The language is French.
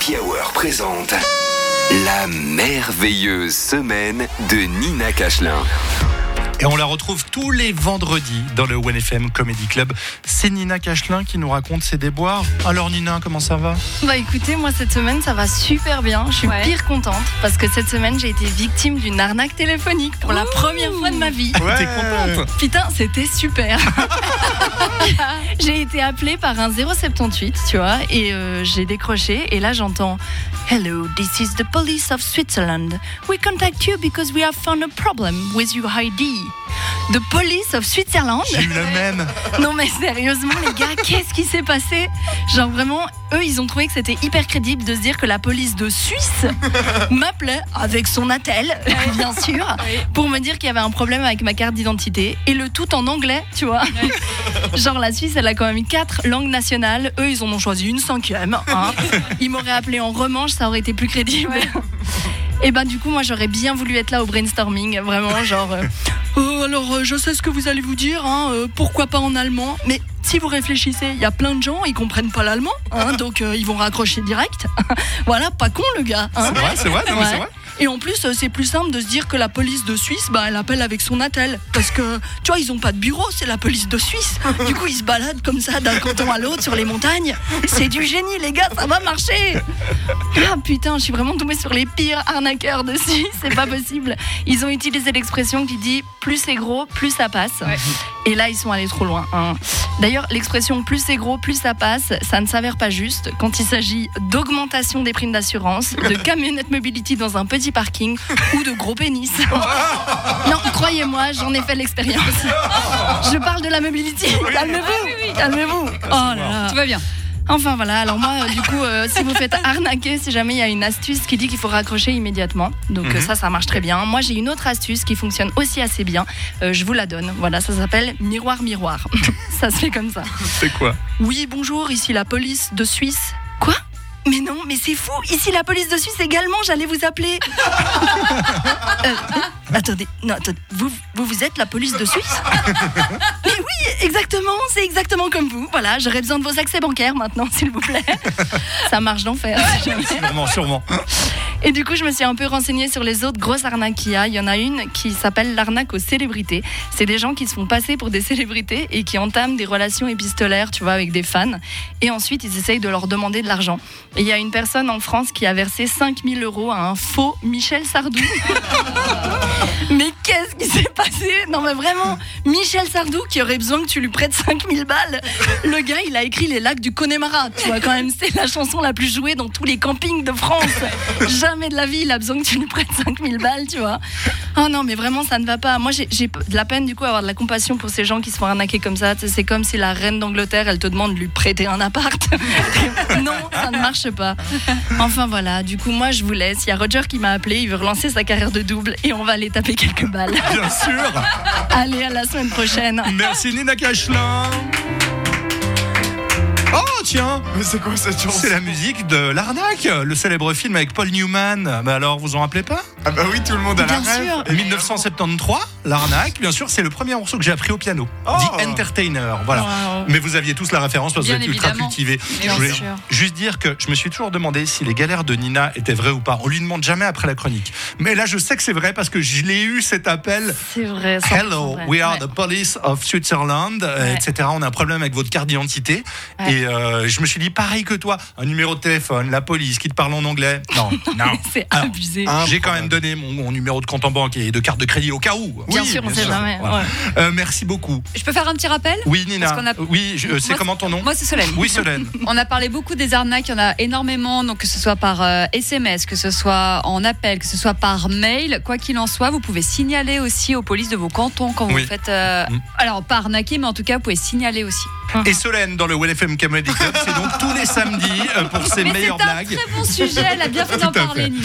Happy Hour présente la merveilleuse semaine de Nina Cachelin. Et on la retrouve tous les vendredis dans le 1FM Comedy Club. C'est Nina Cachelin qui nous raconte ses déboires. Alors Nina, comment ça va ? Bah écoutez, moi cette semaine ça va super bien. Je suis pire contente parce que cette semaine j'ai été victime d'une arnaque téléphonique pour la première fois de ma vie. Ouais. T'es contente ? Putain, c'était super. J'ai été appelée par un 078, tu vois, et j'ai décroché et là j'entends Hello, this is the police of Switzerland. We contact you because we have found a problem with your ID. The police of Switzerland. J'ai eu la même. Non mais sérieusement les gars, qu'est-ce qui s'est passé ? Genre vraiment, eux ils ont trouvé que c'était hyper crédible de se dire que la police de Suisse m'appelait avec son attel, bien sûr, pour me dire qu'il y avait un problème avec ma carte d'identité et le tout en anglais, tu vois. Genre la Suisse elle a quand même 4 langues nationales, eux ils en ont choisi une 5e. Hein. Ils m'auraient appelé en remanche, ça aurait été plus crédible. Et ben du coup moi j'aurais bien voulu être là au brainstorming, vraiment genre alors je sais ce que vous allez vous dire, hein, pourquoi pas en allemand, mais si vous réfléchissez, il y a plein de gens, ils comprennent pas l'allemand, hein, donc ils vont raccrocher direct. Voilà, pas con le gars. Hein. C'est vrai, non, mais c'est vrai. Et en plus, c'est plus simple de se dire que la police de Suisse, bah, elle appelle avec son attel. Parce que, tu vois, ils ont pas de bureau, c'est la police de Suisse. Du coup, ils se baladent comme ça d'un canton à l'autre sur les montagnes. C'est du génie, les gars, ça va marcher. Ah putain, je suis vraiment tombée sur les pires arnaqueurs de Suisse, c'est pas possible. Ils ont utilisé l'expression qui dit plus c'est gros, plus ça passe. Ouais. Et là, ils sont allés trop loin. Hein. D'ailleurs, l'expression plus c'est gros, plus ça passe, ça ne s'avère pas juste quand il s'agit d'augmentation des primes d'assurance, de camionnettes mobility dans un petit parking ou de gros pénis. Non, croyez-moi, j'en ai fait l'expérience. Je parle de la mobility. Calmez-vous, calmez-vous. Oh là là. Tout va bien. Enfin voilà, alors moi du coup si vous faites arnaquer, si jamais il y a une astuce qui dit qu'il faut raccrocher immédiatement, donc ça marche très bien. Moi j'ai une autre astuce qui fonctionne aussi assez bien, je vous la donne, voilà, ça s'appelle miroir miroir. Ça se fait comme ça. C'est quoi ? Oui bonjour, ici la police de Suisse. Quoi ? Mais non, mais c'est fou, ici la police de Suisse également, j'allais vous appeler. Attendez, vous êtes la police de Suisse ? Mais oui, exactement, c'est exactement comme vous. Voilà, j'aurais besoin de vos accès bancaires maintenant, s'il vous plaît. Ça marche d'enfer. Sûrement. Et du coup, je me suis un peu renseignée sur les autres grosses arnaques qu'il y a. Il y en a une qui s'appelle l'arnaque aux célébrités. C'est des gens qui se font passer pour des célébrités et qui entament des relations épistolaires, tu vois, avec des fans. Et ensuite, ils essayent de leur demander de l'argent. Et il y a une personne en France qui a versé 5 000 € à un faux Michel Sardou. Mais qu'est-ce qui s'est passé ? Non mais vraiment, Michel Sardou qui aurait besoin que tu lui prêtes 5 000 balles. Le gars, il a écrit Les Lacs du Connemara. Tu vois, quand même, c'est la chanson la plus jouée dans tous les campings de France. Jamais de la vie, il a besoin que tu lui prêtes 5 000 balles, tu vois. Oh non, mais vraiment, ça ne va pas. Moi, j'ai de la peine, du coup, à avoir de la compassion pour ces gens qui se font arnaquer comme ça. C'est comme si la reine d'Angleterre, elle te demande de lui prêter un appart. Non, ça ne marche pas. Enfin, voilà. Du coup, moi, je vous laisse. Il y a Roger qui m'a appelé. Il veut relancer sa carrière de double et on va aller taper quelques balles. Bien sûr. Allez, à la semaine prochaine. Merci Nina Cachelin. Oh tiens, mais c'est quoi cette chanson ? C'est la musique de L'Arnaque, le célèbre film avec Paul Newman. Mais alors, vous en rappelez pas ? Ah bah oui, tout le monde a la Bien rêve. sûr. 1973, L'Arnaque, bien sûr, c'est le premier morceau que j'ai appris au piano. The Entertainer, voilà. Wow. Mais vous aviez tous la référence parce que vous êtes ultra cultivés. Je voulais sûr. juste dire que je me suis toujours demandé si les galères de Nina étaient vraies ou pas. On lui demande jamais après la chronique. Mais là, je sais que c'est vrai parce que je l'ai eu cet appel. C'est vrai. Hello, vrai. we are the police of Switzerland, etc. On a un problème avec votre carte d'identité. Ouais. Et je me suis dit, pareil que toi, un numéro de téléphone, la police qui te parle en anglais. Non. C'est abusé. J'ai quand même donné mon numéro de compte en banque et de carte de crédit au cas où. Bien sûr, on sait jamais. Voilà. Ouais. Merci beaucoup. Je peux faire un petit rappel ? Oui, Nina. Parce qu'on a- Oui, c'est Moi, comment ton nom ? Moi, c'est Solène. Oui, Solène. On a parlé beaucoup des arnaques, il y en a énormément, donc que ce soit par SMS, que ce soit en appel, que ce soit par mail, quoi qu'il en soit, vous pouvez signaler aussi aux polices de vos cantons quand vous faites... Alors, pas arnaquer, mais en tout cas, vous pouvez signaler aussi. Et Solène dans le 1FM Comedy Club, c'est donc tous les samedis pour ses Mais meilleures c'est un blagues. très bon sujet, elle a bien fait d'en Tout à parler, fait. Nina.